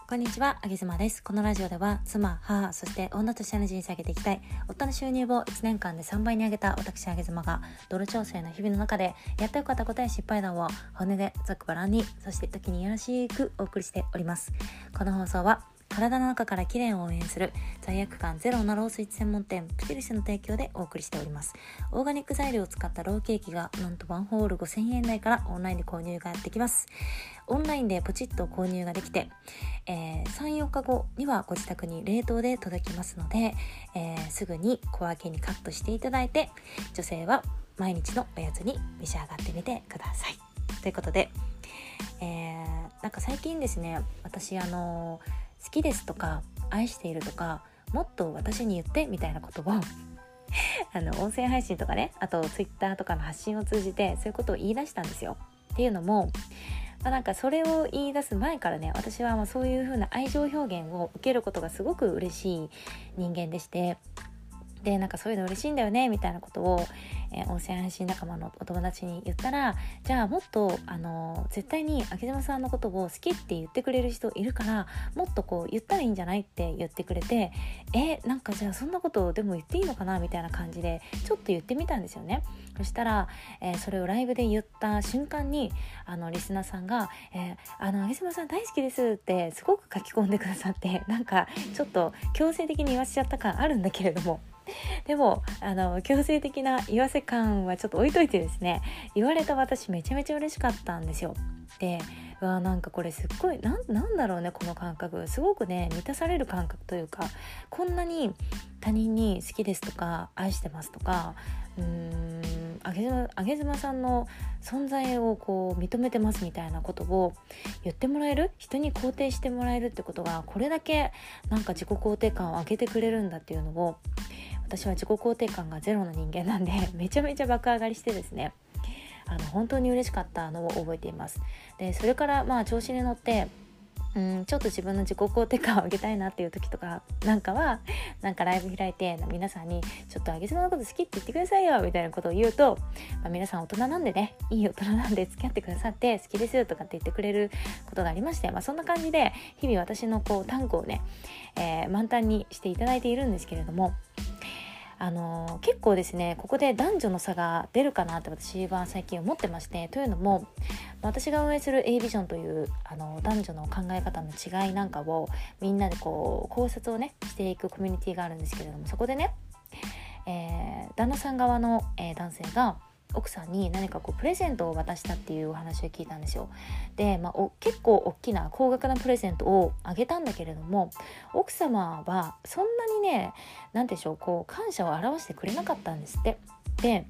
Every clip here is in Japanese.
こんにちは、あげずまです。このラジオでは妻、母、そして女としての人生を上げていきたい、夫の収入を1年間で3倍に上げた私あげずまが、ドル調整の日々の中でやってよかったことや失敗談を本音でざっくばらんに、そして時にいやらしくお送りしております。この放送は体の中から綺麗を応援する罪悪感ゼロなロースイーツ専門店プティリスの提供でお送りしております。オーガニック材料を使ったローケーキがなんとワンホール5000円台からオンラインで購入がやってきます。オンラインでポチッと購入ができて、3、4日後にはご自宅に冷凍で届きますので、すぐに小分けにカットしていただいて、女性は毎日のおやつに召し上がってみてください。ということで、なんか最近ですね、私好きですとか愛しているとかもっと私に言ってみたいなことを音声配信とかね、あとツイッターとかの発信を通じてそういうことを言い出したんですよ。っていうのも、なんかそれを言い出す前からね、私はそういう風な愛情表現を受けることがすごく嬉しい人間でして、でなんかそういうの嬉しいんだよねみたいなことを、音声配信仲間のお友達に言ったら、じゃあもっと絶対にあげずまさんのことを好きって言ってくれる人いるから、もっとこう言ったらいいんじゃないって言ってくれて、なんかじゃあそんなことでも言っていいのかなみたいな感じでちょっと言ってみたんですよね。そしたら、それをライブで言った瞬間にリスナーさんが、あげずまさん大好きですってすごく書き込んでくださって、なんかちょっと強制的に言わせちゃった感あるんだけれども、でも強制的な言わせ感はちょっと置いといてですね、言われた私めちゃめちゃ嬉しかったんですよ。でなんかこれすっごいなんだろうね、この感覚すごくね満たされる感覚というか、こんなに他人に好きですとか愛してますとかあげずまさんの存在をこう認めてますみたいなことを言ってもらえる、人に肯定してもらえるってことがこれだけなんか自己肯定感を上げてくれるんだっていうのを、私は自己肯定感がゼロの人間なんでめちゃめちゃ爆上がりしてですね、本当に嬉しかったのを覚えています。でそれから調子に乗ってちょっと自分の自己肯定感を上げたいなっていう時とかなんかは、なんかライブ開いて皆さんにちょっとあげずまのこと好きって言ってくださいよみたいなことを言うと、皆さん大人なんでね、いい大人なんで付き合ってくださって好きですよとかって言ってくれることがありまして、そんな感じで日々私のこうタンクをね、満タンにしていただいているんですけれども、結構ですね、ここで男女の差が出るかなって私は最近思ってまして、というのも私が運営する A ビジョンという男女の考え方の違いなんかをみんなでこう考察をねしていくコミュニティがあるんですけれども、そこでね、旦那さん側の、男性が奥さんに何かこうプレゼントを渡したっていうお話を聞いたんですよ。で、結構大きな高額なプレゼントをあげたんだけれども、奥様はそんなにね、なんでしょう、こう感謝を表してくれなかったんですって。で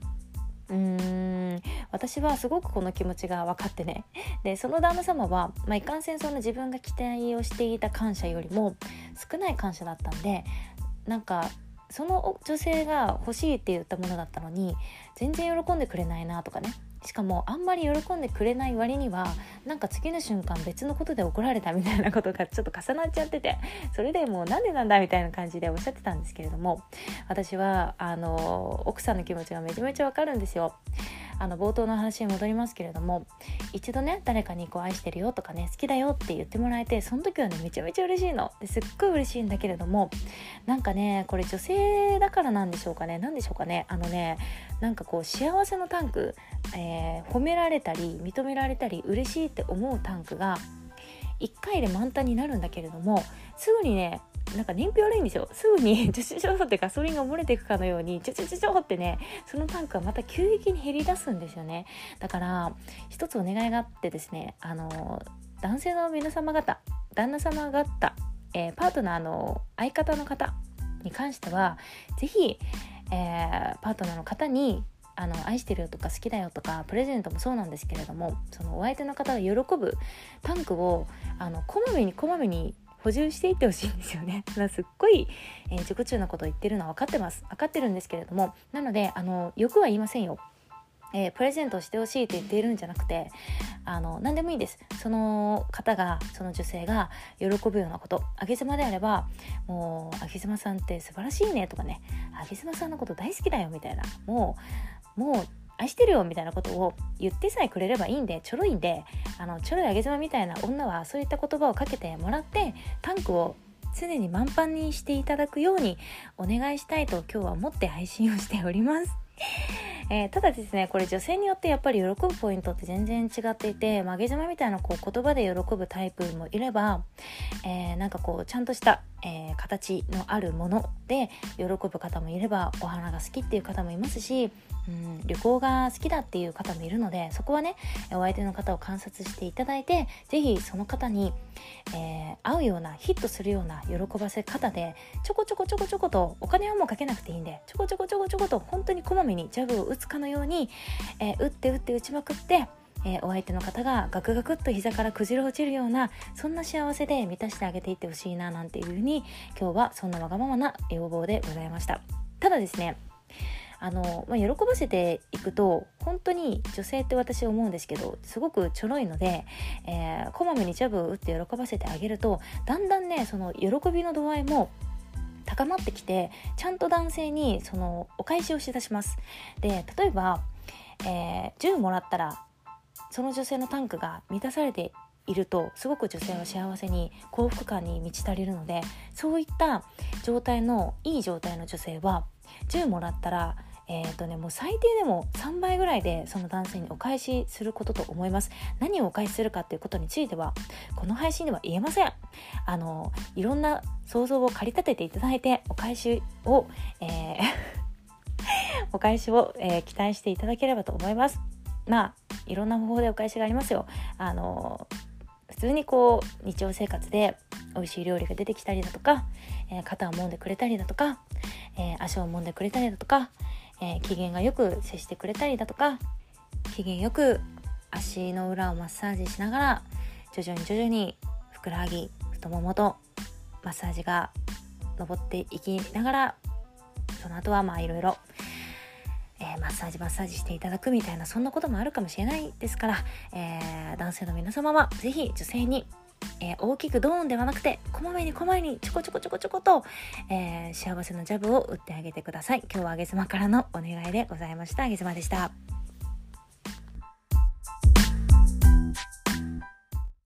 私はすごくこの気持ちが分かってね、でその旦那様はいかんせんその自分が期待をしていた感謝よりも少ない感謝だったんで、なんかその女性が欲しいって言ったものだったのに全然喜んでくれないなとかね、しかもあんまり喜んでくれない割にはなんか次の瞬間別のことで怒られたみたいなことがちょっと重なっちゃってて、それでもうなんでなんだみたいな感じでおっしゃってたんですけれども、私は奥さんの気持ちがめちゃめちゃわかるんですよ。冒頭の話に戻りますけれども、一度ね誰かにこう愛してるよとかね好きだよって言ってもらえて、その時はねめちゃめちゃ嬉しいのですっごい嬉しいんだけれども、なんかねこれ女性だからなんでしょうかね、なんかこう幸せのタンク、褒められたり認められたり嬉しいって思うタンクが1回で満タンになるんだけれども、すぐにねなんか燃費悪いんですよ。すぐにジュシュシュってガソリンが漏れていくかのようにジュシュシュシュってね、そのタンクがまた急激に減り出すんですよね。だから一つお願いがあってですね、男性の皆様方、旦那様方、パートナーの相方の方に関してはぜひ、パートナーの方に愛してるよとか好きだよとかプレゼントもそうなんですけれども、そのお相手の方が喜ぶタンクをこまめに補充していってほしいんですよね。すっごい、自己中なことを言ってるのは分かってるんですけれども、なので欲は言いませんよ。プレゼントをしてほしいって言っているんじゃなくて、何でもいいです。その方が、その女性が喜ぶようなこと、あげずまであればもうあげずまさんって素晴らしいねとかね、あげずまさんのこと大好きだよみたいな、もう愛してるよみたいなことを言ってさえくれればいいんで、ちょろいんで、ちょろいあげ妻みたいな女はそういった言葉をかけてもらって、タンクを常に満帆にしていただくようにお願いしたいと今日は思って配信をしておりますただですね、これ女性によってやっぱり喜ぶポイントって全然違っていて、あげ妻みたいな言葉で喜ぶタイプもいれば、なんかちゃんとした、形のあるもので喜ぶ方もいれば、お花が好きっていう方もいますし、旅行が好きだっていう方もいるので、そこはね、お相手の方を観察していただいて、ぜひその方に、合うような、ヒットするような喜ばせ方で、ちょこちょこちょこちょことお金はもうかけなくていいんで、ちょこちょこちょこちょこと本当にこまめにジャブを打つかのように、打って打ちまくって、お相手の方がガクガクっと膝から崩れ落ちるような、そんな幸せで満たしてあげていってほしいな、なんていうふうに今日はそんなわがままな要望でございました。ただですね、喜ばせていくと本当に女性って私思うんですけど、すごくちょろいので、こまめにジャブを打って喜ばせてあげると、だんだんね、その喜びの度合いも高まってきて、ちゃんと男性にそのお返しをしだします。で、例えば、10もらったらその女性のタンクが満たされていると、すごく女性は幸せに幸福感に満ち足りるので、そういった状態のいい状態の女性は10もらったらもう最低でも3倍ぐらいでその男性にお返しすることと思います。何をお返しするかということについてはこの配信では言えません。いろんな想像を駆り立てていただいて、お返しを、期待していただければと思います。いろんな方法でお返しがありますよ。普通に日常生活で美味しい料理が出てきたりだとか、肩を揉んでくれたりだとか、足を揉んでくれたりだとか、機嫌がよく接してくれたりだとか、機嫌よく足の裏をマッサージしながら徐々にふくらはぎ、太ももとマッサージが上っていきながら、その後はいろいろマッサージしていただくみたいな、そんなこともあるかもしれないですから、男性の皆様はぜひ女性に、大きくドーンではなくて、こまめにちょこちょこと、幸せのジャブを打ってあげてください。今日はあげ妻からのお願いでございました。あげ妻でした。